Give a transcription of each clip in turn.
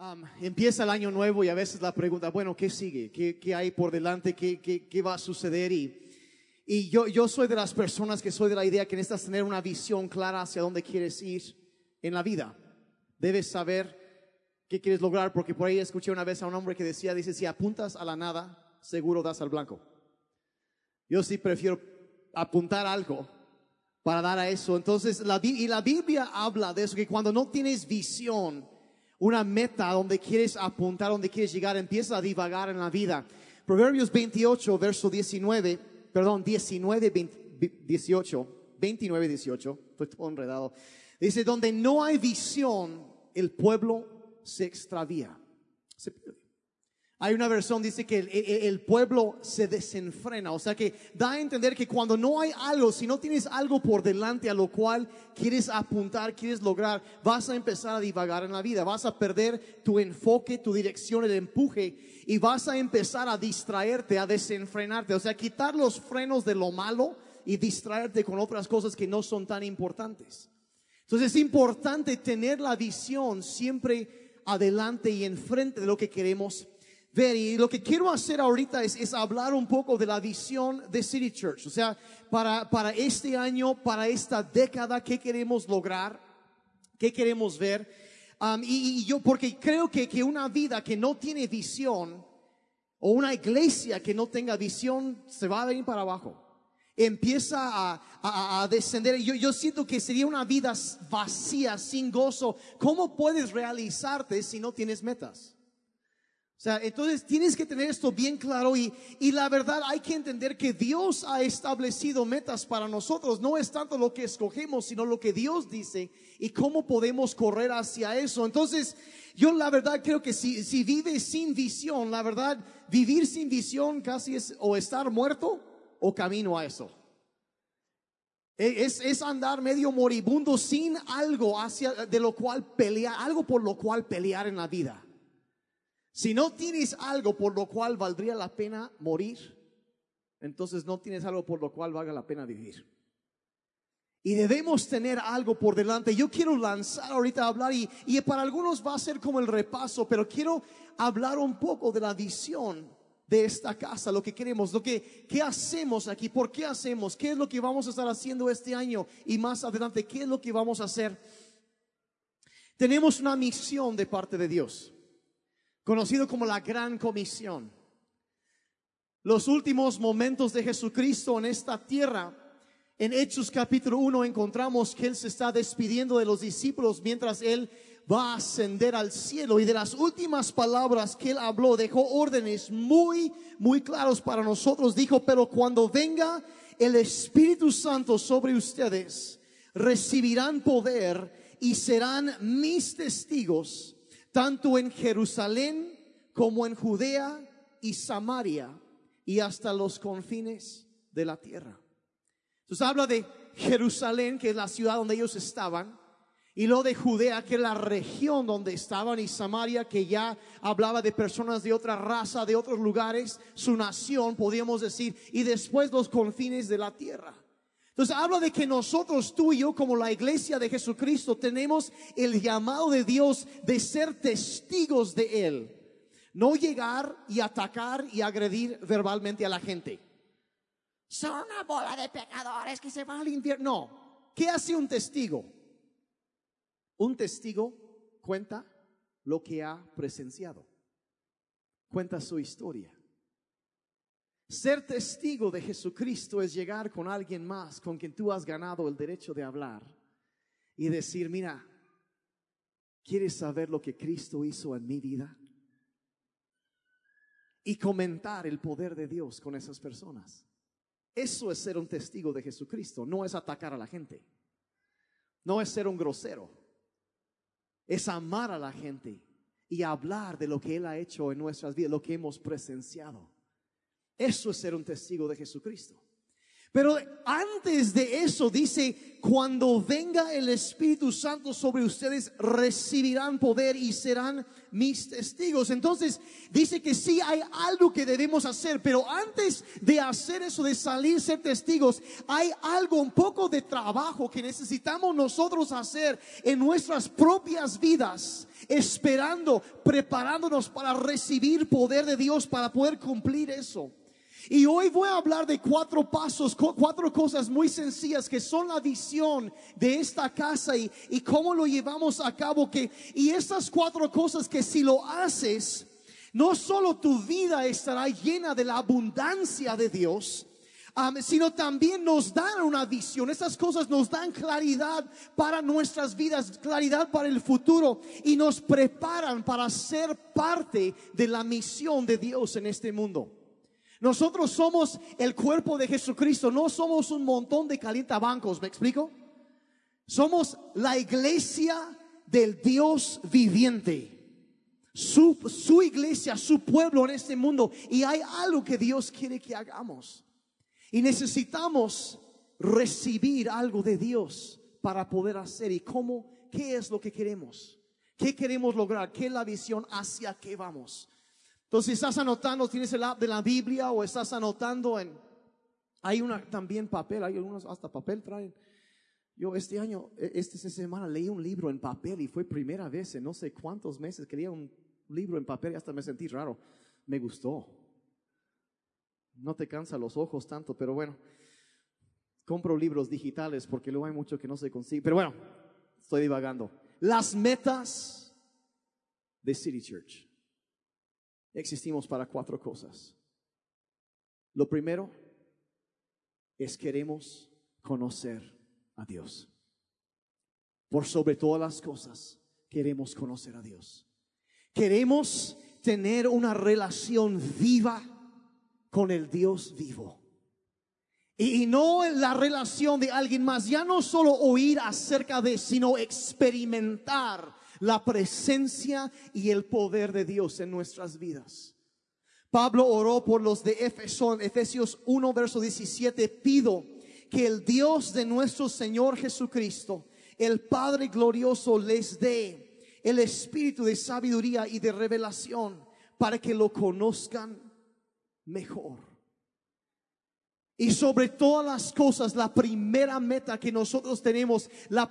Empieza el año nuevo y a veces la pregunta, bueno, ¿qué sigue? ¿Qué hay por delante? ¿Qué va a suceder? Y yo soy de las personas que soy de la idea que necesitas tener una visión clara hacia dónde quieres ir en la vida. Debes saber qué quieres lograr, porque por ahí escuché una vez a un hombre que dice, si apuntas a la nada, seguro das al blanco. Yo sí prefiero apuntar algo para dar a eso. Entonces, la Biblia habla de eso, que cuando no tienes visión, una meta donde quieres apuntar, donde quieres llegar, empieza a divagar en la vida. Proverbios 28, verso 19, 29, 18, estoy todo enredado. Dice, donde no hay visión, el pueblo se extravía, se pierde. Hay una versión dice que el pueblo se desenfrena, o sea que da a entender que cuando no hay algo, si no tienes algo por delante a lo cual quieres apuntar, quieres lograr, vas a empezar a divagar en la vida, vas a perder tu enfoque, tu dirección, el empuje, y vas a empezar a distraerte, a desenfrenarte, o sea, quitar los frenos de lo malo y distraerte con otras cosas que no son tan importantes. Entonces es importante tener la visión siempre adelante y enfrente de lo que queremos ver. Y lo que quiero hacer ahorita es hablar un poco de la visión de City Church. O sea, para este año, para esta década, ¿qué queremos lograr? ¿Qué queremos ver? Y yo, porque creo que una vida que no tiene visión, o una iglesia que no tenga visión, se va a venir para abajo. Empieza a descender. Yo siento que sería una vida vacía, sin gozo. ¿Cómo puedes realizarte si no tienes metas? O sea, entonces tienes que tener esto bien claro y la verdad hay que entender que Dios ha establecido metas para nosotros. No es tanto lo que escogemos, sino lo que Dios dice y cómo podemos correr hacia eso. Entonces, yo la verdad creo que si vives sin visión, la verdad, vivir sin visión casi es o estar muerto o camino a eso. Es andar medio moribundo sin algo de lo cual pelear, algo por lo cual pelear en la vida. Si no tienes algo por lo cual valdría la pena morir, entonces no tienes algo por lo cual valga la pena vivir. Y debemos tener algo por delante. Yo quiero lanzar ahorita a hablar y para algunos va a ser como el repaso, pero quiero hablar un poco de la visión de esta casa, lo que queremos, qué hacemos aquí, por qué hacemos, qué es lo que vamos a estar haciendo este año y más adelante, qué es lo que vamos a hacer. Tenemos una misión de parte de Dios, conocido como la Gran Comisión. Los últimos momentos de Jesucristo en esta tierra, en Hechos capítulo 1 encontramos que Él se está despidiendo de los discípulos mientras Él va a ascender al cielo, y de las últimas palabras que Él habló dejó órdenes muy, muy claros para nosotros. Dijo, pero cuando venga el Espíritu Santo sobre ustedes, recibirán poder y serán mis testigos tanto en Jerusalén como en Judea y Samaria y hasta los confines de la tierra. Entonces habla de Jerusalén, que es la ciudad donde ellos estaban, y luego de Judea, que es la región donde estaban, y Samaria, que ya hablaba de personas de otra raza, de otros lugares, su nación, podríamos decir, y después los confines de la tierra. Entonces habla de que nosotros, tú y yo, como la iglesia de Jesucristo, tenemos el llamado de Dios de ser testigos de Él. No llegar y atacar y agredir verbalmente a la gente. Son una bola de pecadores que se van al infierno. No. ¿Qué hace un testigo? Un testigo cuenta lo que ha presenciado. Cuenta su historia. Ser testigo de Jesucristo es llegar con alguien más con quien tú has ganado el derecho de hablar y decir, mira, ¿quieres saber lo que Cristo hizo en mi vida? Y comentar el poder de Dios con esas personas. Eso es ser un testigo de Jesucristo. No es atacar a la gente. No es ser un grosero. Es amar a la gente y hablar de lo que Él ha hecho en nuestras vidas, lo que hemos presenciado. Eso es ser un testigo de Jesucristo. Pero antes de eso dice, cuando venga el Espíritu Santo sobre ustedes, recibirán poder y serán mis testigos. Entonces dice que sí hay algo que debemos hacer, pero antes de hacer eso, de salir ser testigos, hay algo, un poco de trabajo que necesitamos nosotros hacer en nuestras propias vidas, esperando, preparándonos para recibir poder de Dios para poder cumplir eso. Y hoy voy a hablar de 4 pasos, 4 cosas muy sencillas que son la visión de esta casa y cómo lo llevamos a cabo. Y estas 4 cosas que si lo haces, no solo tu vida estará llena de la abundancia de Dios, sino también nos dan una visión. Estas cosas nos dan claridad para nuestras vidas, claridad para el futuro, y nos preparan para ser parte de la misión de Dios en este mundo. Nosotros somos el cuerpo de Jesucristo, no somos un montón de calientabancos, ¿me explico? Somos la iglesia del Dios viviente, su iglesia, su pueblo en este mundo, y hay algo que Dios quiere que hagamos. Y necesitamos recibir algo de Dios para poder hacer. ¿Y cómo? ¿Qué es lo que queremos? ¿Qué queremos lograr? ¿Qué es la visión? ¿Hacia qué vamos? Entonces, si estás anotando, tienes el app de la Biblia o estás anotando hay una también papel, hay algunos hasta papel traen. Yo este año, esta semana leí un libro en papel y fue primera vez en no sé cuántos meses que leía un libro en papel y hasta me sentí raro. Me gustó. No te cansa los ojos tanto, pero bueno, compro libros digitales porque luego hay mucho que no se consigue. Pero bueno, estoy divagando. Las metas de City Church. Existimos para 4 cosas. Lo primero es queremos conocer a Dios. Por sobre todas las cosas, queremos conocer a Dios. Queremos tener una relación viva con el Dios vivo. Y no la relación de alguien más. Ya no solo oír acerca de, sino experimentar la presencia y el poder de Dios en nuestras vidas. Pablo oró por los de Éfeso, en Efesios 1 verso 17, pido que el Dios de nuestro Señor Jesucristo, el Padre glorioso, les dé el espíritu de sabiduría y de revelación para que lo conozcan mejor. Y sobre todas las cosas, la primera meta que nosotros tenemos,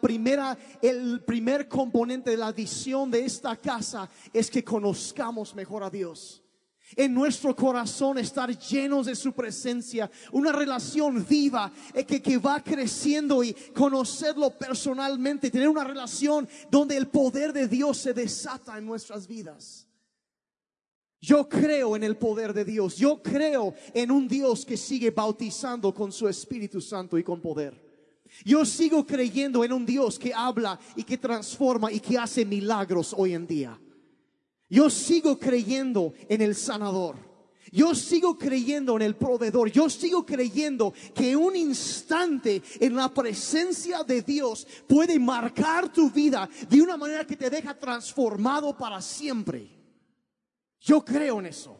el primer componente de la visión de esta casa es que conozcamos mejor a Dios. En nuestro corazón estar llenos de su presencia, una relación viva que va creciendo, y conocerlo personalmente, tener una relación donde el poder de Dios se desata en nuestras vidas. Yo creo en el poder de Dios. Yo creo en un Dios que sigue bautizando con su Espíritu Santo y con poder. Yo sigo creyendo en un Dios que habla y que transforma y que hace milagros hoy en día. Yo sigo creyendo en el sanador. Yo sigo creyendo en el proveedor. Yo sigo creyendo que un instante en la presencia de Dios puede marcar tu vida de una manera que te deja transformado para siempre. Yo creo en eso.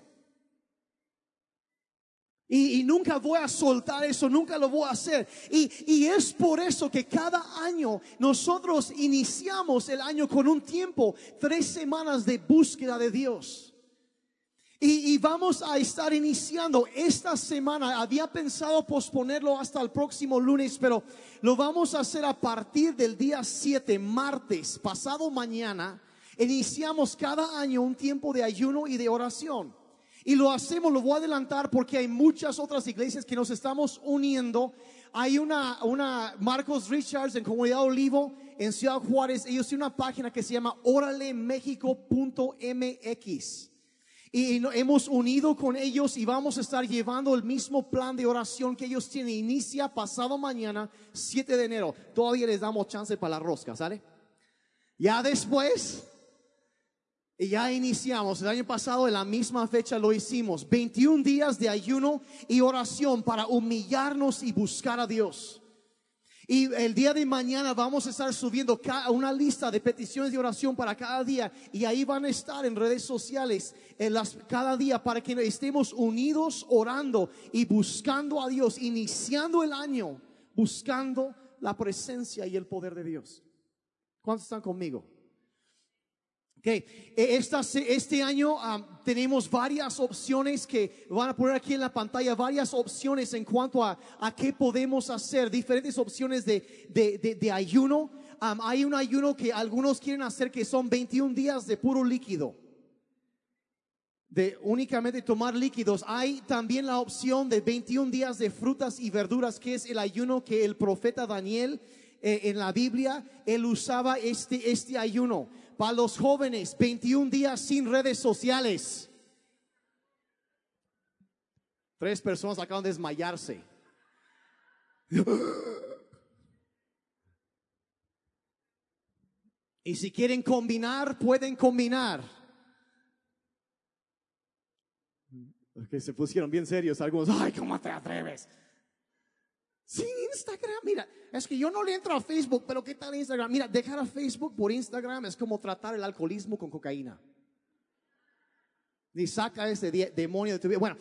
Y nunca voy a soltar eso, nunca lo voy a hacer. Y es por eso que cada año nosotros iniciamos el año con un tiempo, 3 semanas de búsqueda de Dios. Y vamos a estar iniciando esta semana. Había pensado posponerlo hasta el próximo lunes, pero lo vamos a hacer a partir del día 7, martes, pasado mañana. Iniciamos cada año un tiempo de ayuno y de oración. Y lo hacemos, lo voy a adelantar porque hay muchas otras iglesias que nos estamos uniendo. Hay una Marcos Richards en Comunidad Olivo en Ciudad Juárez. Ellos tienen una página que se llama oralemexico.mx. Y hemos unido con ellos y vamos a estar llevando el mismo plan de oración que ellos tienen. Inicia pasado mañana, 7 de enero. Todavía les damos chance para la rosca, ¿sale? Ya después... Y ya iniciamos, el año pasado en la misma fecha lo hicimos, 21 días de ayuno y oración para humillarnos y buscar a Dios. Y el día de mañana vamos a estar subiendo una lista de peticiones de oración para cada día. Y ahí van a estar en redes sociales cada día para que estemos unidos orando y buscando a Dios, iniciando el año, buscando la presencia y el poder de Dios. ¿Cuántos están conmigo? Este año tenemos varias opciones que van a poner aquí en la pantalla, varias opciones en cuanto a qué podemos hacer, diferentes opciones de ayuno. Hay un ayuno que algunos quieren hacer que son 21 días de puro líquido, de únicamente tomar líquidos. Hay también la opción de 21 días de frutas y verduras, que es el ayuno que el profeta Daniel en la Biblia, él usaba este ayuno. Para los jóvenes, 21 días sin redes sociales. 3 personas acaban de desmayarse. Y si quieren combinar, pueden combinar. Que se pusieron bien serios algunos. Ay, ¿cómo te atreves? Sin Instagram, mira, es que yo no le entro a Facebook, pero ¿qué tal Instagram? Mira, dejar a Facebook por Instagram es como tratar el alcoholismo con cocaína. Ni saca ese demonio de tu vida. Bueno,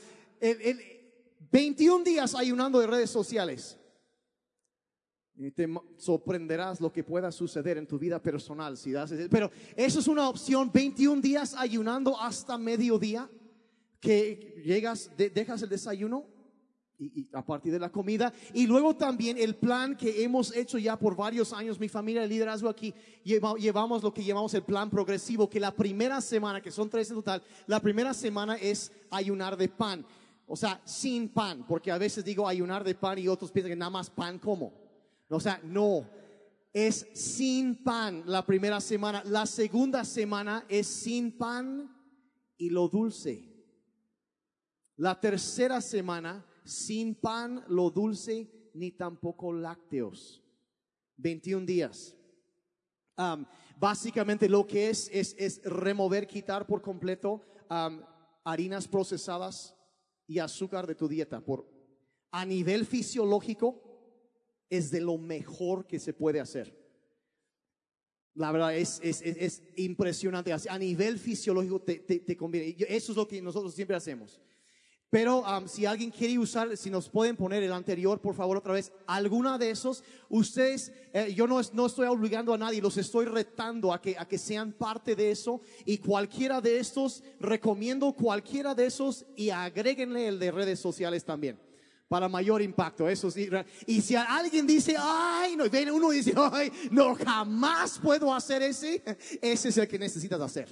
21 días ayunando de redes sociales. Y te sorprenderás lo que pueda suceder en tu vida personal si haces eso. Pero eso es una opción, 21 días ayunando hasta mediodía, que dejas el desayuno y a partir de la comida. Y luego también el plan que hemos hecho ya por varios años, mi familia de liderazgo aquí, llevamos lo que llamamos el plan progresivo, que la primera semana, que son 3 en total, la primera semana es ayunar de pan. O sea, sin pan, porque a veces digo ayunar de pan y otros piensan que nada más pan como. O sea, no, es sin pan la primera semana. La segunda semana es sin pan y lo dulce. La tercera semana sin pan, lo dulce, ni tampoco lácteos. 21 días. Básicamente lo que es remover, quitar por completo harinas procesadas y azúcar de tu dieta. A nivel fisiológico es de lo mejor que se puede hacer. La verdad es impresionante. A nivel fisiológico te conviene. Eso es lo que nosotros siempre hacemos. Pero si alguien quiere usar, si nos pueden poner el anterior, por favor, otra vez, alguna de esos, ustedes, yo no estoy obligando a nadie, los estoy retando a que sean parte de eso. Y cualquiera de estos, recomiendo cualquiera de esos y agréguenle el de redes sociales también, para mayor impacto. Eso sí. Y si alguien dice, ay, no, viene uno y dice, ay, no, jamás puedo hacer ese es el que necesitas hacer.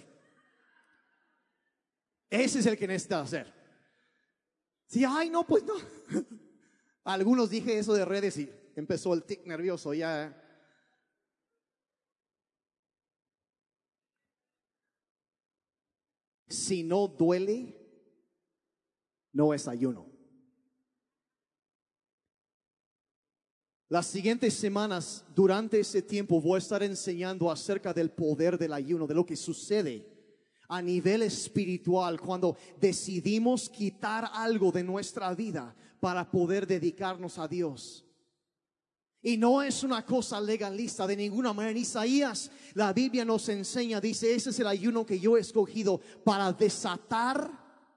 Ese es el que necesitas hacer. Sí, ay, no, pues no. Algunos dije eso de redes y empezó el tic nervioso ya. Si no duele, no es ayuno. Las siguientes semanas, durante ese tiempo, voy a estar enseñando acerca del poder del ayuno, de lo que sucede a nivel espiritual cuando decidimos quitar algo de nuestra vida para poder dedicarnos a Dios. Y no es una cosa legalista de ninguna manera. En Isaías la Biblia nos enseña, dice, ese es el ayuno que yo he escogido para desatar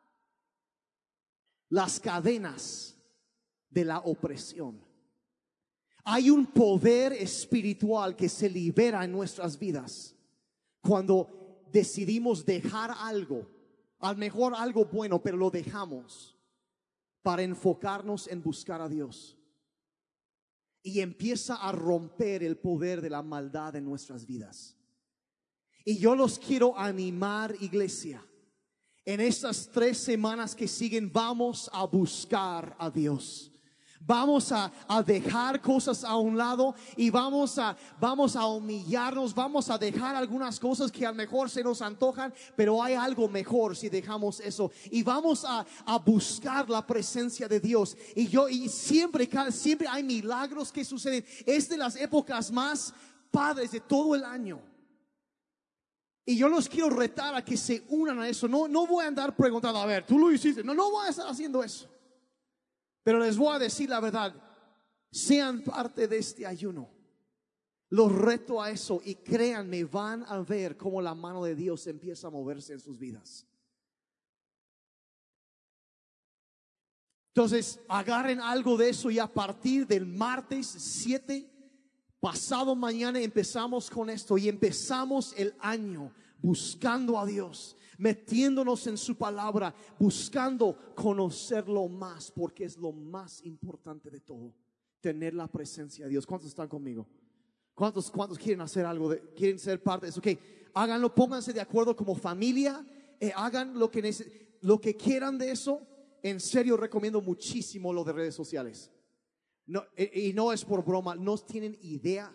las cadenas de la opresión. Hay un poder espiritual que se libera en nuestras vidas cuando decidimos dejar algo, a lo mejor algo bueno, pero lo dejamos para enfocarnos en buscar a Dios. Y empieza a romper el poder de la maldad en nuestras vidas. Y yo los quiero animar, iglesia. En estas 3 semanas que siguen, vamos a buscar a Dios. Vamos a dejar cosas a un lado y vamos a humillarnos, vamos a dejar algunas cosas que a lo mejor se nos antojan, pero hay algo mejor si dejamos eso. Y vamos a buscar la presencia de Dios. Y siempre hay milagros que suceden. Es de las épocas más padres de todo el año. Y yo los quiero retar a que se unan a eso. No voy a andar preguntando, a ver, tú lo hiciste. No voy a estar haciendo eso. Pero les voy a decir la verdad, Sean parte de este ayuno. Los reto a eso y créanme, van a ver cómo la mano de Dios empieza a moverse en sus vidas. Entonces, agarren algo de eso y a partir del martes 7, pasado mañana, empezamos con esto y empezamos el año buscando a Dios, metiéndonos en su palabra, buscando conocerlo más, porque es lo más importante de todo, tener la presencia de Dios. ¿Cuántos están conmigo? ¿Cuántos quieren hacer algo, quieren ser parte de eso? Ok, háganlo, pónganse de acuerdo como familia, hagan lo que quieran de eso. En serio, recomiendo muchísimo lo de redes sociales. No, y no es por broma, no tienen idea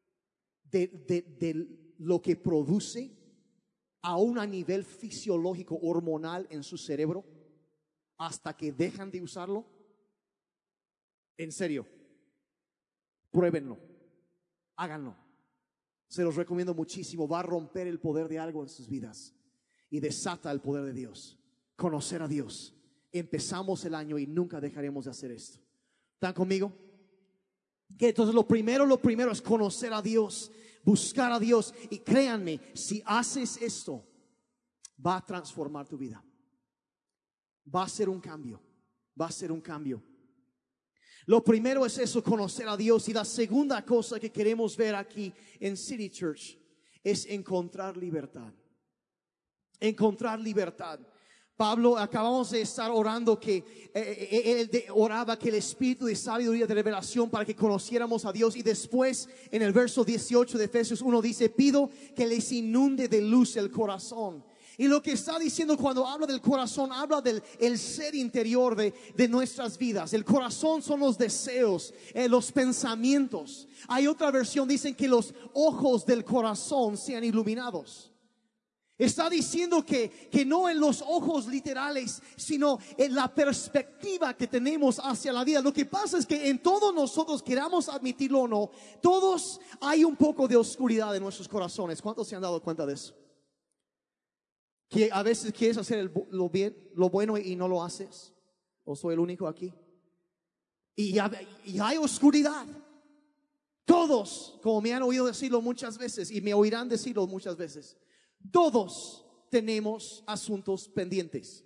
de lo que produce aún a nivel fisiológico, hormonal en su cerebro, hasta que dejan de usarlo. En serio, pruébenlo, háganlo. Se los recomiendo muchísimo. Va a romper el poder de algo en sus vidas y desata el poder de Dios. Conocer a Dios. Empezamos el año y nunca dejaremos de hacer esto. ¿Están conmigo? Que entonces lo primero es conocer a Dios, buscar a Dios. Y créanme, si haces esto, va a transformar tu vida. Va a ser un cambio. Va a ser un cambio. Lo primero es eso, conocer a Dios. Y la segunda cosa que queremos ver aquí en City Church es encontrar libertad. Encontrar libertad. Pablo, acabamos de estar orando que él oraba que el espíritu de sabiduría, de revelación, para que conociéramos a Dios. Y después en el verso 18 de Efesios 1 dice: pido que les inunde de luz el corazón. Y lo que está diciendo cuando habla del corazón, habla del ser interior de nuestras vidas. El corazón son los deseos, los pensamientos. Hay otra versión, dicen que los ojos del corazón sean iluminados. Está diciendo que no en los ojos literales, sino en la perspectiva que tenemos hacia la vida. Lo que pasa es que en todos nosotros, queramos admitirlo o no, todos hay un poco de oscuridad en nuestros corazones. ¿Cuántos se han dado cuenta de eso? Que a veces quieres hacer lo bueno y no lo haces. ¿O soy el único aquí? Y hay oscuridad. Todos, como me han oído decirlo muchas veces y me oirán decirlo muchas veces, todos tenemos asuntos pendientes.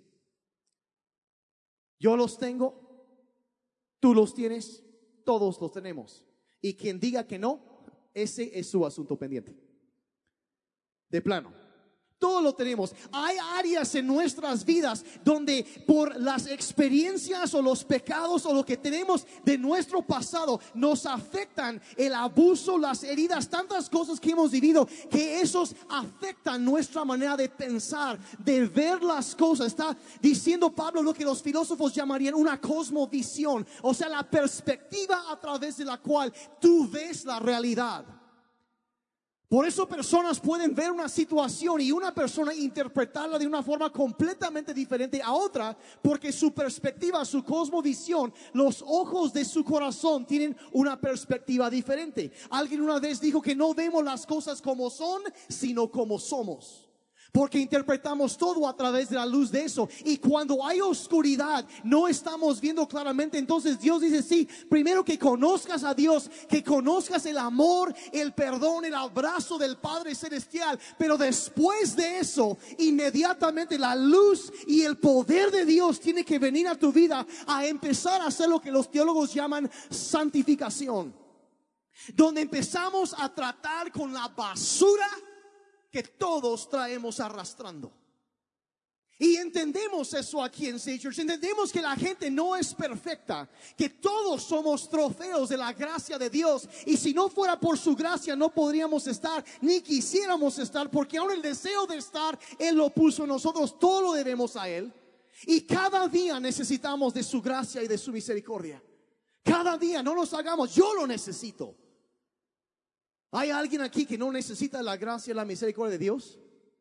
Yo los tengo, tú los tienes, todos los tenemos. Y quien diga que no, ese es su asunto pendiente. De plano. Todo lo tenemos. Hay áreas en nuestras vidas donde por las experiencias o los pecados o lo que tenemos de nuestro pasado nos afectan, el abuso, las heridas, tantas cosas que hemos vivido, que esos afectan nuestra manera de pensar, de ver las cosas. Está diciendo Pablo lo que los filósofos llamarían una cosmovisión, o sea, la perspectiva a través de la cual tú ves la realidad. Por eso personas pueden ver una situación y una persona interpretarla de una forma completamente diferente a otra, porque su perspectiva, su cosmovisión, los ojos de su corazón tienen una perspectiva diferente. Alguien una vez dijo que no vemos las cosas como son, sino como somos. Porque interpretamos todo a través de la luz de eso. Y cuando hay oscuridad, no estamos viendo claramente. Entonces Dios dice: sí, primero que conozcas a Dios, que conozcas el amor, el perdón, el abrazo del Padre Celestial. Pero después de eso, inmediatamente la luz y el poder de Dios tiene que venir a tu vida a empezar a hacer lo que los teólogos llaman santificación. Donde empezamos a tratar con la basura que todos traemos arrastrando. Y entendemos eso aquí en City Church. Entendemos que la gente no es perfecta, que todos somos trofeos de la gracia de Dios. Y si no fuera por su gracia, no podríamos estar, ni quisiéramos estar, porque aún el deseo de estar, Él lo puso en nosotros. Todo lo debemos a Él. Y cada día necesitamos de su gracia y de su misericordia. Cada día, no nos hagamos, yo lo necesito. ¿Hay alguien aquí que no necesita la gracia y la misericordia de Dios?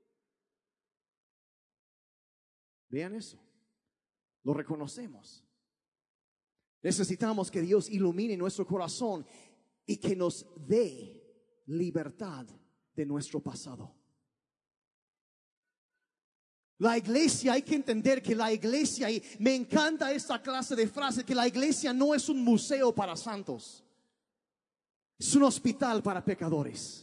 Vean eso. Lo reconocemos. Necesitamos que Dios ilumine nuestro corazón y que nos dé libertad de nuestro pasado. La iglesia, hay que entender que la iglesia, y me encanta esta clase de frase, que la iglesia no es un museo para santos, es un hospital para pecadores.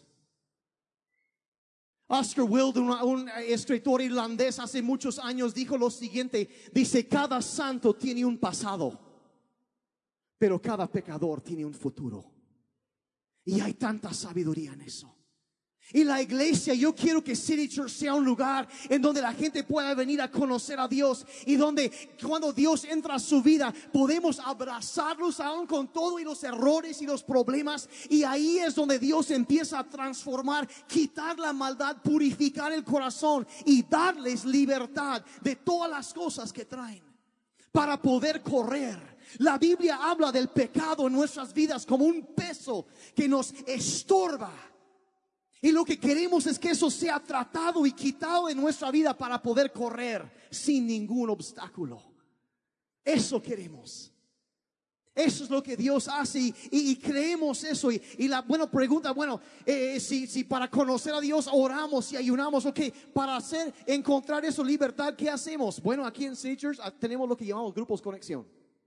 Oscar Wilde, un escritor irlandés hace muchos años, dijo lo siguiente, dice: cada santo tiene un pasado, pero cada pecador tiene un futuro. Y hay tanta sabiduría en eso. Y la iglesia, yo quiero que City Church sea un lugar en donde la gente pueda venir a conocer a Dios, y donde cuando Dios entra a su vida podemos abrazarlos aún con todo y los errores y los problemas, y ahí es donde Dios empieza a transformar, quitar la maldad, purificar el corazón y darles libertad de todas las cosas que traen para poder correr. La Biblia habla del pecado en nuestras vidas como un peso que nos estorba. Y lo que queremos es que eso sea tratado y quitado de nuestra vida para poder correr sin ningún obstáculo. Eso queremos. Eso es lo que Dios hace, y creemos eso. Y la buena pregunta, si para conocer a Dios oramos y ayunamos, para encontrar eso, libertad, ¿qué hacemos? Bueno, aquí en City Church tenemos lo que llamamos grupos conexión.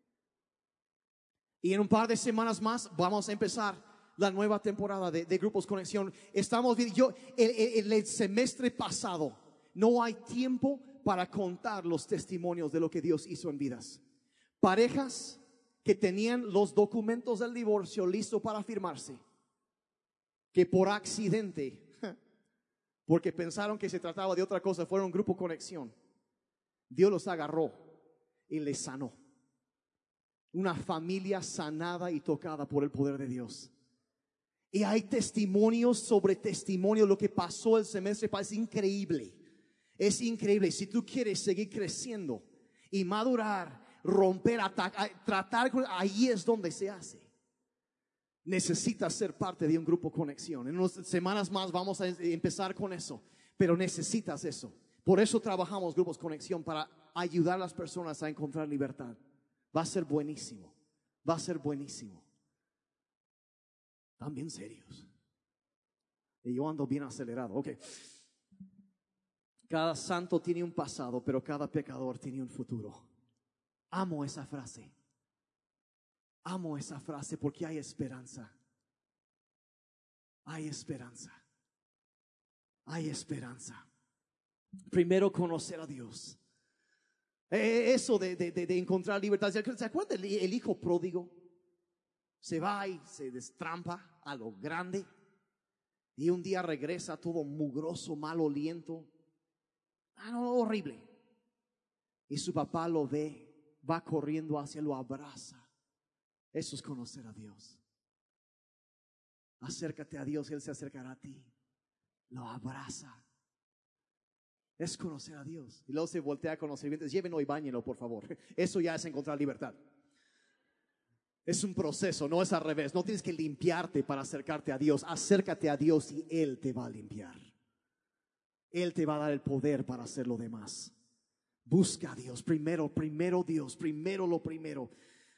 Y en un par de semanas más vamos a empezar la nueva temporada de Grupos Conexión. Estamos viendo, el semestre pasado, no hay tiempo para contar los testimonios de lo que Dios hizo en vidas. Parejas que tenían los documentos del divorcio listos para firmarse, que por accidente, porque pensaron que se trataba de otra cosa, fueron Grupo Conexión. Dios los agarró y les sanó. Una familia sanada y tocada por el poder de Dios. Y hay testimonios sobre testimonios. Lo que pasó el semestre pasado es increíble. Es increíble. Si tú quieres seguir creciendo y madurar, romper, tratar, ahí es donde se hace. Necesitas ser parte de un grupo conexión. En unas semanas más vamos a empezar con eso, pero necesitas eso. Por eso trabajamos grupos conexión, para ayudar a las personas a encontrar libertad. Va a ser buenísimo. Va a ser buenísimo. Están bien serios. Y yo ando bien acelerado. Ok. Cada santo tiene un pasado, pero cada pecador tiene un futuro. Amo esa frase. Amo esa frase porque hay esperanza. Hay esperanza. Hay esperanza. Primero, conocer a Dios. Eso de encontrar libertad. ¿Se acuerdan el hijo pródigo? Se va y se destrampa a lo grande, y un día regresa todo mugroso, maloliento, horrible. Y su papá lo ve, va corriendo hacia él, lo abraza. Eso es conocer a Dios. Acércate a Dios, Él se acercará a ti. Lo abraza. Es conocer a Dios. Y luego se voltea con los sirvientes: llévenlo y báñenlo, por favor. Eso ya es encontrar libertad. Es un proceso, no es al revés. No tienes que limpiarte para acercarte a Dios. Acércate a Dios y Él te va a limpiar. Él te va a dar el poder para hacer lo demás. Busca a Dios primero Dios, primero lo primero.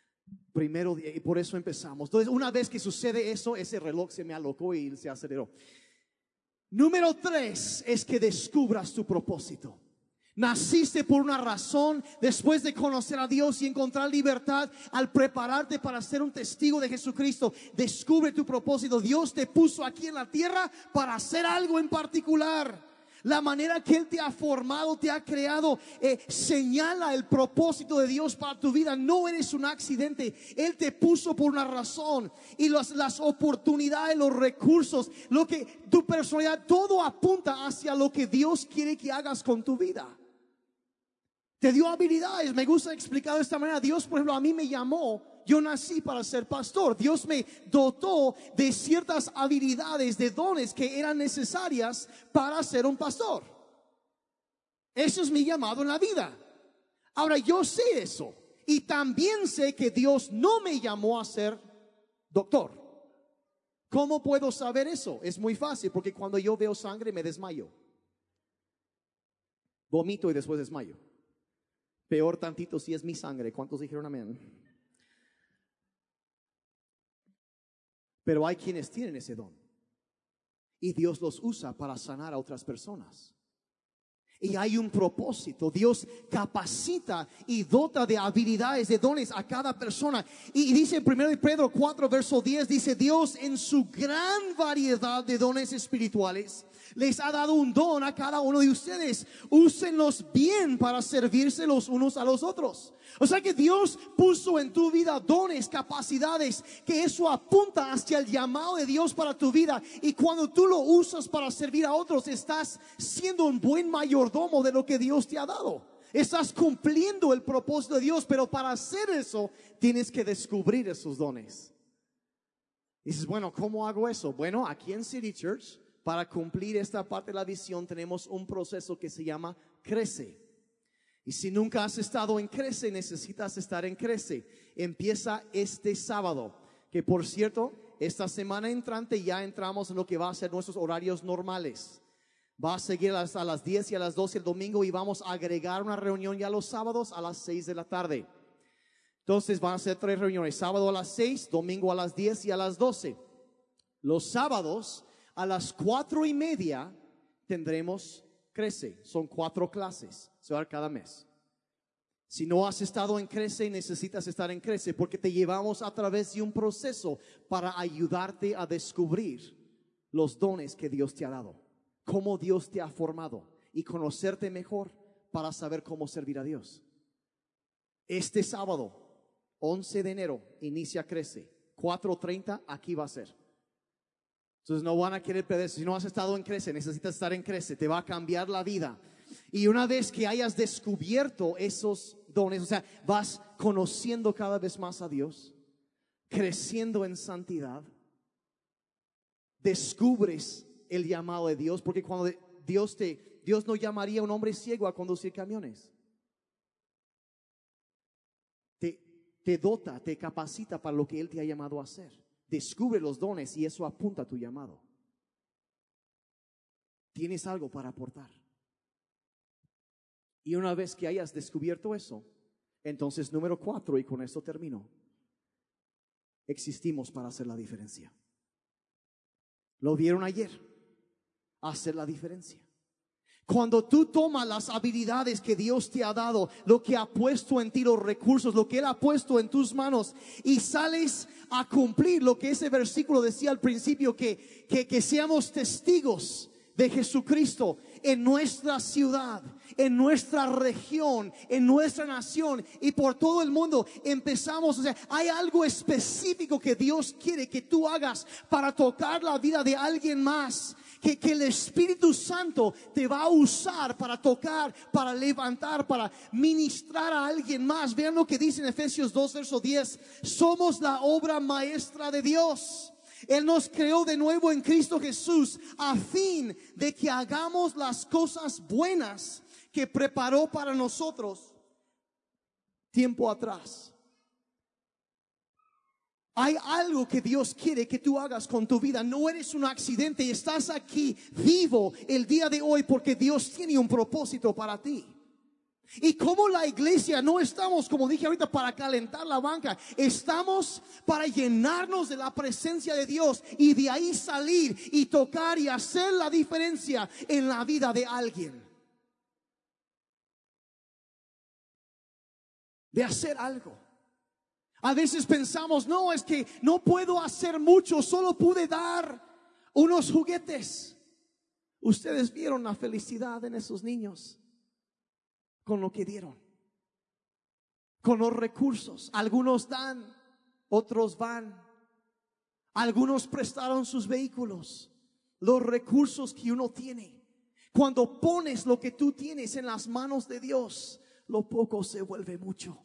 Y por eso empezamos. Entonces, una vez que sucede eso, ese reloj se me alocó y se aceleró. Número 3 es que descubras tu propósito. Naciste por una razón. Después de conocer a Dios y encontrar libertad, al prepararte para ser un testigo de Jesucristo, descubre tu propósito. Dios te puso aquí en la tierra para hacer algo en particular. La manera que Él te ha formado, te ha creado, señala el propósito de Dios para tu vida. No eres un accidente. Él te puso por una razón. Y las oportunidades, los recursos, tu personalidad, todo apunta hacia lo que Dios quiere que hagas con tu vida. Te dio habilidades. Me gusta explicar de esta manera. Dios, por ejemplo, a mí me llamó. Yo nací para ser pastor. Dios me dotó de ciertas habilidades, de dones que eran necesarias para ser un pastor. Eso es mi llamado en la vida. Ahora, yo sé eso. Y también sé que Dios no me llamó a ser doctor. ¿Cómo puedo saber eso? Es muy fácil, porque cuando yo veo sangre me desmayo. Vomito y después desmayo. Peor tantito si es mi sangre. ¿Cuántos dijeron amén? Pero hay quienes tienen ese don y Dios los usa para sanar a otras personas. Y hay un propósito. Dios capacita y dota de habilidades, de dones a cada persona. Y dice en 1 Pedro 4, verso 10, dice: Dios en su gran variedad de dones espirituales les ha dado un don a cada uno de ustedes. Úsenlos bien para servirse los unos a los otros. O sea que Dios puso en tu vida dones, capacidades, que eso apunta hacia el llamado de Dios para tu vida. Y cuando tú lo usas para servir a otros, estás siendo un buen mayordomo de lo que Dios te ha dado. Estás cumpliendo el propósito de Dios, pero para hacer eso tienes que descubrir esos dones. Dices, bueno, ¿cómo hago eso? Bueno, aquí en City Church, para cumplir esta parte de la visión, tenemos un proceso que se llama Crece. Y si nunca has estado en Crece, necesitas estar en Crece. Empieza este sábado, que por cierto, esta semana entrante ya entramos en lo que va a ser nuestros horarios normales. Va a seguir hasta las 10 y a las 12 el domingo, y vamos a agregar una reunión ya los sábados a las 6 de la tarde. Entonces van a ser 3 reuniones: sábado a las 6, domingo a las 10 y a las 12. Los sábados a las 4:30 tendremos Crece. Son 4 clases, se va a dar cada mes. Si no has estado en Crece, necesitas estar en Crece, porque te llevamos a través de un proceso para ayudarte a descubrir los dones que Dios te ha dado, cómo Dios te ha formado, y conocerte mejor para saber cómo servir a Dios. Este sábado 11 de enero inicia Crece, 4:30 aquí va a ser. Entonces no van a querer perderse. Si no has estado en Crece, necesitas estar en Crece. Te va a cambiar la vida. Y una vez que hayas descubierto esos dones, o sea, vas conociendo cada vez más a Dios, creciendo en santidad, descubres el llamado de Dios. Porque cuando Dios no llamaría a un hombre ciego a conducir camiones. Te dota, te capacita para lo que Él te ha llamado a hacer. Descubre los dones y eso apunta a tu llamado. Tienes algo para aportar. Y una vez que hayas descubierto eso, entonces número 4, y con esto termino: existimos para hacer la diferencia. Lo vieron ayer, hacer la diferencia. Cuando tú tomas las habilidades que Dios te ha dado, lo que ha puesto en ti, los recursos, lo que Él ha puesto en tus manos, y sales a cumplir lo que ese versículo decía al principio, que seamos testigos de Jesucristo en nuestra ciudad, en nuestra región, en nuestra nación y por todo el mundo. Empezamos, o sea, hay algo específico que Dios quiere que tú hagas para tocar la vida de alguien más. Que el Espíritu Santo te va a usar para tocar, para levantar, para ministrar a alguien más. Vean lo que dice en Efesios 2, verso 10. Somos la obra maestra de Dios. Él nos creó de nuevo en Cristo Jesús, a fin de que hagamos las cosas buenas que preparó para nosotros tiempo atrás. Hay algo que Dios quiere que tú hagas con tu vida. No eres un accidente y estás aquí vivo el día de hoy porque Dios tiene un propósito para ti. Y como la iglesia no estamos, como dije ahorita, para calentar la banca. Estamos para llenarnos de la presencia de Dios y de ahí salir y tocar y hacer la diferencia en la vida de alguien. De hacer algo. A veces pensamos, no, es que no puedo hacer mucho, solo pude dar unos juguetes. Ustedes vieron la felicidad en esos niños con lo que dieron, con los recursos. Algunos dan, otros van. Algunos prestaron sus vehículos, los recursos que uno tiene. Cuando pones lo que tú tienes en las manos de Dios, lo poco se vuelve mucho.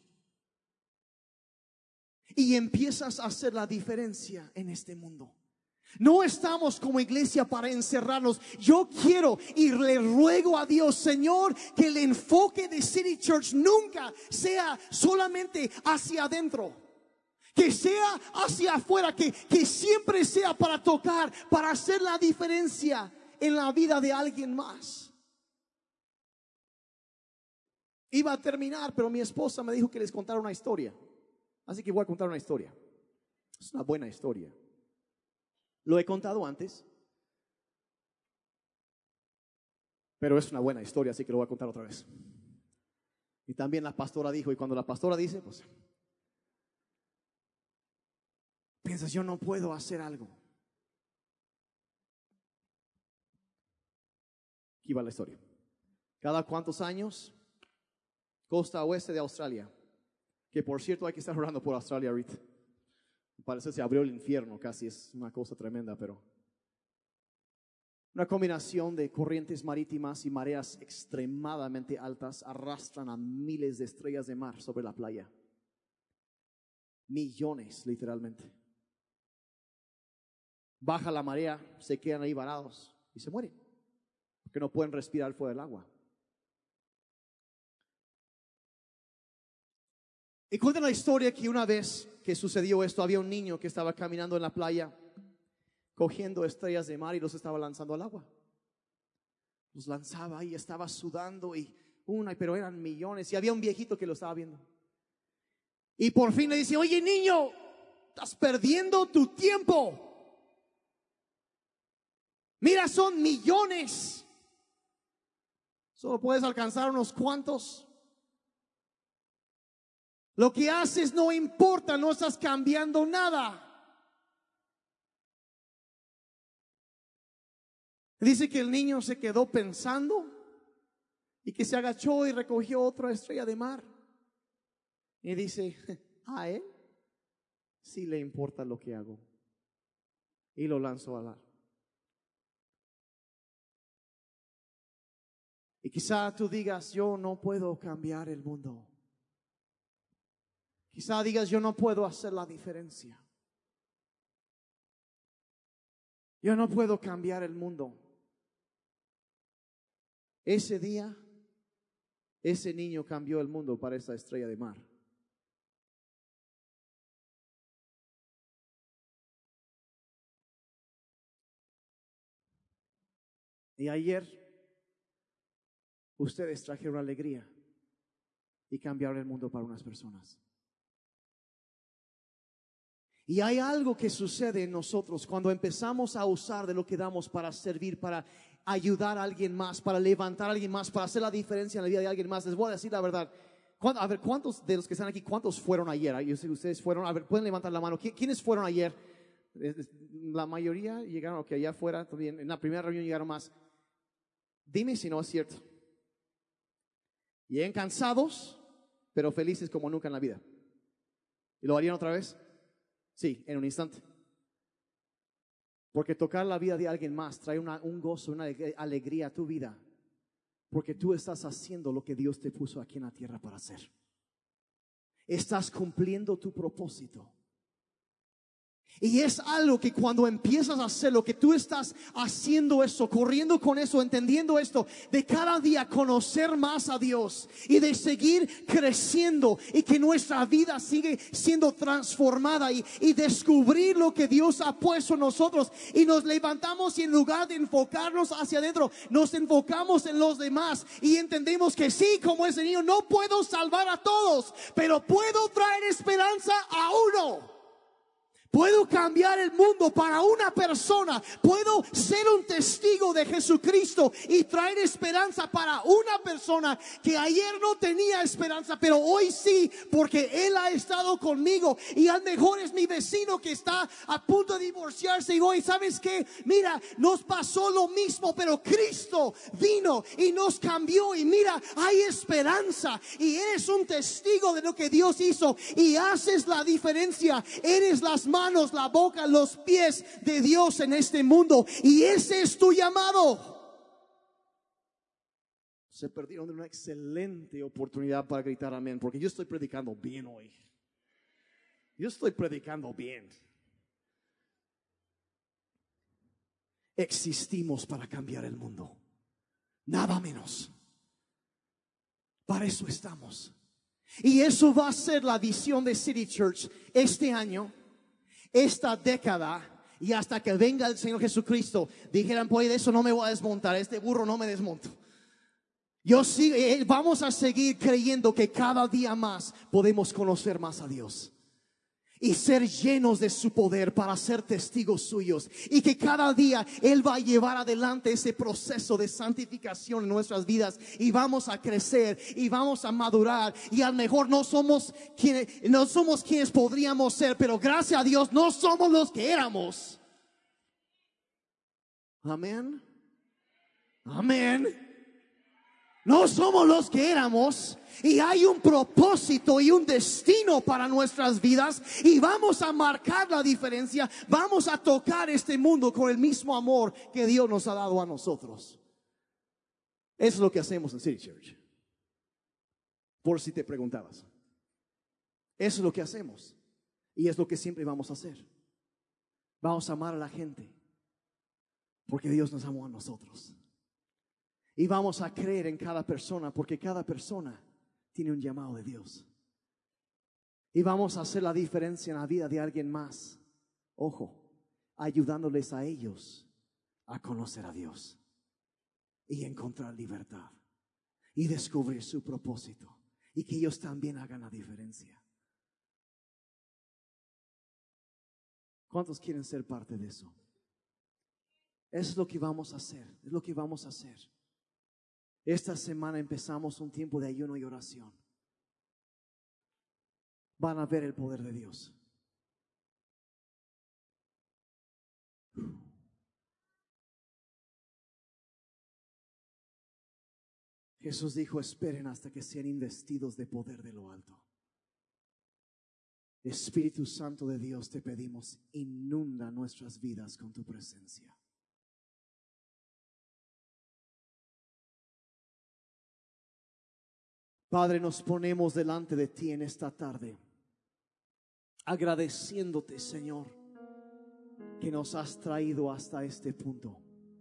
Y empiezas a hacer la diferencia en este mundo. No estamos como iglesia para encerrarnos. Yo quiero y le ruego a Dios, Señor, que el enfoque de City Church nunca sea solamente hacia adentro, que sea hacia afuera, que siempre sea para tocar, para hacer la diferencia en la vida de alguien más. Iba a terminar, pero mi esposa me dijo que les contara una historia. Así que voy a contar una historia. Es una buena historia. Lo he contado antes. Pero es una buena historia, así que lo voy a contar otra vez. Y también la pastora dijo, y cuando la pastora dice, pues, piensas, yo no puedo hacer algo. Aquí va la historia. Cada cuántos años, costa oeste de Australia, que por cierto hay que estar orando por Australia ahorita. Parece que se abrió el infierno casi, es una cosa tremenda, pero una combinación de corrientes marítimas y mareas extremadamente altas arrastran a miles de estrellas de mar sobre la playa. Millones, literalmente. Baja la marea, se quedan ahí varados y se mueren, porque no pueden respirar fuera del agua. Y cuenta la historia que una vez que sucedió esto, había un niño que estaba caminando en la playa, cogiendo estrellas de mar y los estaba lanzando al agua. Los lanzaba y estaba sudando pero eran millones. Y había un viejito que lo estaba viendo. Y por fin le dice, oye niño, estás perdiendo tu tiempo. Mira, son millones. Solo puedes alcanzar unos cuantos. Lo que haces no importa, no estás cambiando nada. Dice que el niño se quedó pensando y que se agachó y recogió otra estrella de mar. Y dice, a él sí le importa lo que hago. Y lo lanzó al mar. Y quizá tú digas, yo no puedo cambiar el mundo. Quizá digas, yo no puedo hacer la diferencia. Yo no puedo cambiar el mundo. Ese día, ese niño cambió el mundo para esa estrella de mar. Y ayer, ustedes trajeron alegría y cambiaron el mundo para unas personas. Y hay algo que sucede en nosotros cuando empezamos a usar de lo que damos para servir, para ayudar a alguien más, para levantar a alguien más, para hacer la diferencia en la vida de alguien más. Les voy a decir la verdad. A ver, ¿cuántos de los que están aquí, cuántos fueron ayer? Yo sé que ustedes fueron. A ver, pueden levantar la mano. ¿Quiénes fueron ayer? La mayoría llegaron, ok, allá afuera, también en la primera reunión llegaron más. Dime si no es cierto. Llegan cansados, pero felices como nunca en la vida. ¿Y lo harían otra vez? Sí, en un instante. Porque tocar la vida de alguien más trae un gozo, una alegría a tu vida. Porque tú estás haciendo lo que Dios te puso aquí en la tierra para hacer. Estás cumpliendo tu propósito. Y es algo que cuando empiezas a hacer lo que tú estás haciendo eso, corriendo con eso, entendiendo esto, de cada día conocer más a Dios y de seguir creciendo y que nuestra vida sigue siendo transformada y descubrir lo que Dios ha puesto en nosotros, y nos levantamos y en lugar de enfocarnos hacia adentro, nos enfocamos en los demás y entendemos que sí, como ese niño, no puedo salvar a todos, pero puedo traer esperanza a uno. Puedo cambiar el mundo para una persona. Puedo ser un testigo de Jesucristo y traer esperanza para una persona que ayer no tenía esperanza, pero hoy sí, porque Él ha estado conmigo. Y al mejor es mi vecino que está a punto de divorciarse y hoy, ¿sabes qué? Mira, nos pasó lo mismo, pero Cristo vino y nos cambió. Y mira, hay esperanza y eres un testigo de lo que Dios hizo y haces la diferencia. Eres las manos, la boca, los pies de Dios en este mundo, y ese es tu llamado. Se perdieron de una excelente oportunidad para gritar amén, porque yo estoy predicando bien hoy. Yo estoy predicando bien. Existimos para cambiar el mundo, nada menos. Para eso estamos. Y eso va a ser la visión de City Church este año, esta década, y hasta que venga el Señor Jesucristo. Dijeran, pues de eso no me voy a desmontar, este burro no me desmonto. Vamos a seguir creyendo que cada día más podemos conocer más a Dios. y ser llenos de su poder para ser testigos suyos, y que cada día Él va a llevar adelante ese proceso de santificación en nuestras vidas, y vamos a crecer y vamos a madurar, y a lo mejor no somos quienes podríamos ser, pero gracias a Dios no somos los que éramos. Amén. Amén. No somos los que éramos, y hay un propósito y un destino para nuestras vidas, y vamos a marcar la diferencia. Vamos a tocar este mundo con el mismo amor que Dios nos ha dado a nosotros. Eso es lo que hacemos en City Church, por si te preguntabas. Eso es lo que hacemos, y es lo que siempre vamos a hacer. Vamos a amar a la gente porque Dios nos amó a nosotros. Y vamos a creer en cada persona, porque cada persona tiene un llamado de Dios. Y vamos a hacer la diferencia en la vida de alguien más. Ojo, ayudándoles a ellos a conocer a Dios y encontrar libertad y descubrir su propósito, y que ellos también hagan la diferencia. ¿Cuántos quieren ser parte de eso? Es lo que vamos a hacer, es lo que vamos a hacer. Esta semana empezamos un tiempo de ayuno y oración. Van a ver el poder de Dios. Jesús dijo: esperen hasta que sean investidos de poder de lo alto. Espíritu Santo de Dios, te pedimos, inunda nuestras vidas con tu presencia. Padre, nos ponemos delante de ti en esta tarde, agradeciéndote, Señor, que nos has traído hasta este punto.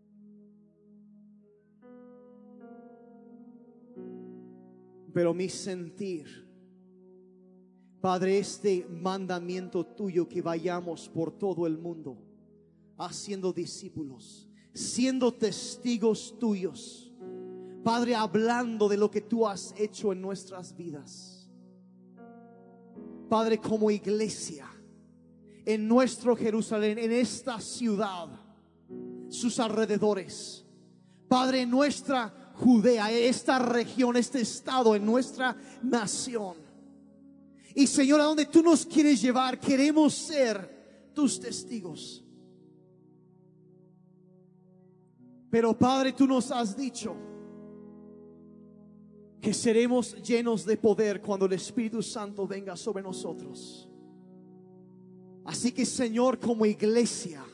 Pero mi sentir, Padre, este mandamiento tuyo, que vayamos por todo el mundo haciendo discípulos, siendo testigos tuyos, Padre, hablando de lo que tú has hecho en nuestras vidas. Padre, como iglesia, en nuestro Jerusalén, en esta ciudad, sus alrededores, Padre, en nuestra Judea, esta región, este estado, en nuestra nación. Y Señor, a donde tú nos quieres llevar, queremos ser tus testigos. Pero Padre, tú nos has dicho que seremos llenos de poder cuando el Espíritu Santo venga sobre nosotros. Así que, Señor, como iglesia,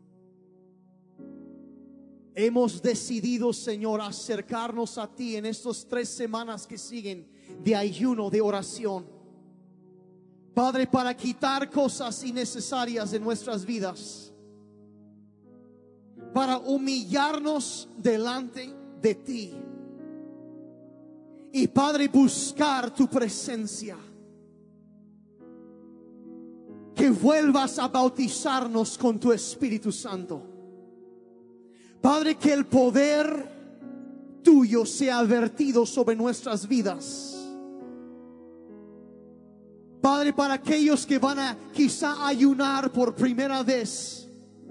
hemos decidido, Señor, acercarnos a ti en estas 3 semanas que siguen de ayuno, de oración, Padre, para quitar cosas innecesarias de nuestras vidas, para humillarnos delante de ti. Y Padre, buscar tu presencia. Que vuelvas a bautizarnos con tu Espíritu Santo. Padre, que el poder tuyo sea vertido sobre nuestras vidas. Padre, para aquellos que van a quizá ayunar por primera vez,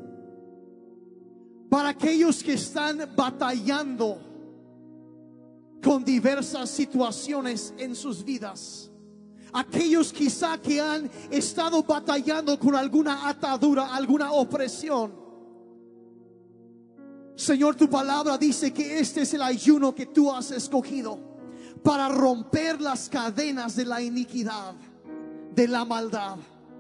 para aquellos que están batallando con diversas situaciones en sus vidas, aquellos quizá que han estado batallando con alguna atadura, alguna opresión. Señor, tu palabra dice que este es el ayuno que tú has escogido para romper las cadenas de la iniquidad, de la maldad.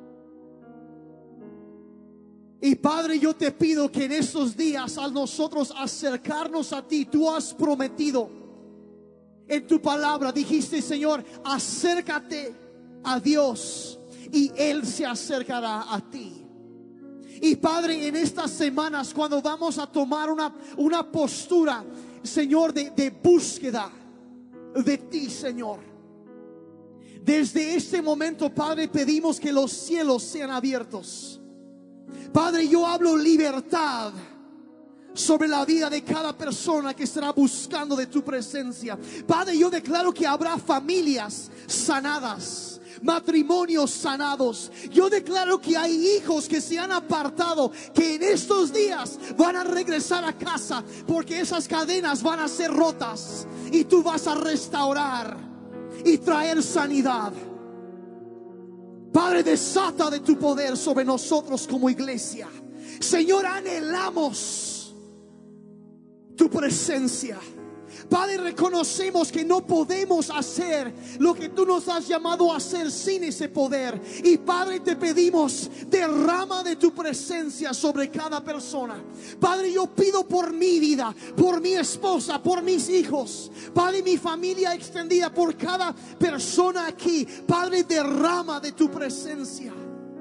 Y Padre, yo te pido que en estos días, al nosotros acercarnos a ti, tú has prometido en tu palabra, dijiste, Señor, acércate a Dios y Él se acercará a ti. Y Padre, en estas semanas, cuando vamos a tomar una postura, Señor, de búsqueda de ti, Señor, desde este momento, Padre, pedimos que los cielos sean abiertos. Padre, yo hablo libertad sobre la vida de cada persona que estará buscando de tu presencia. Padre, yo declaro que habrá familias sanadas, matrimonios sanados. Yo declaro que hay hijos que se han apartado, que en estos días van a regresar a casa, porque esas cadenas van a ser rotas y tú vas a restaurar y traer sanidad. Padre, desata de tu poder sobre nosotros como iglesia. Señor, anhelamos tu presencia. Padre, reconocemos que no podemos hacer lo que tú nos has llamado a hacer sin ese poder. Y Padre, te pedimos, derrama de tu presencia sobre cada persona. Padre, yo pido por mi vida, por mi esposa, por mis hijos, Padre, mi familia extendida, por cada persona aquí. Padre, derrama de tu presencia.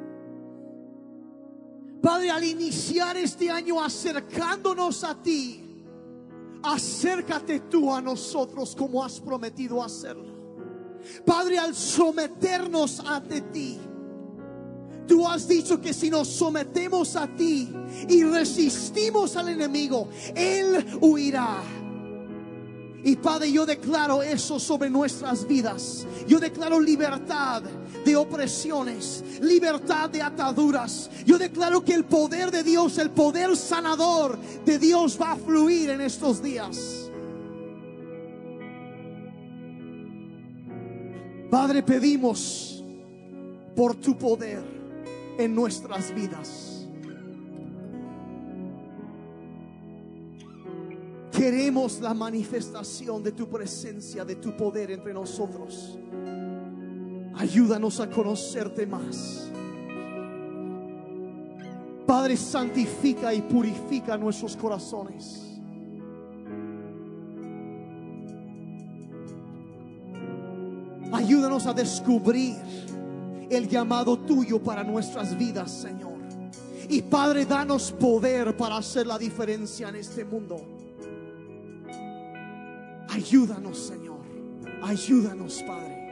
Padre, al iniciar este año acercándonos a ti, acércate tú a nosotros como has prometido hacerlo. Padre, al someternos ante ti, tú has dicho que si nos sometemos a ti y resistimos al enemigo, él huirá. Y Padre, yo declaro eso sobre nuestras vidas. Yo declaro libertad de opresiones, libertad de ataduras. Yo declaro que el poder de Dios, el poder sanador de Dios va a fluir en estos días. Padre, pedimos por tu poder en nuestras vidas. Queremos la manifestación de tu presencia, de tu poder entre nosotros. Ayúdanos a conocerte más. Padre, santifica y purifica nuestros corazones. Ayúdanos a descubrir el llamado tuyo para nuestras vidas, Señor. Y Padre, danos poder para hacer la diferencia en este mundo. Ayúdanos, Señor. Ayúdanos, Padre.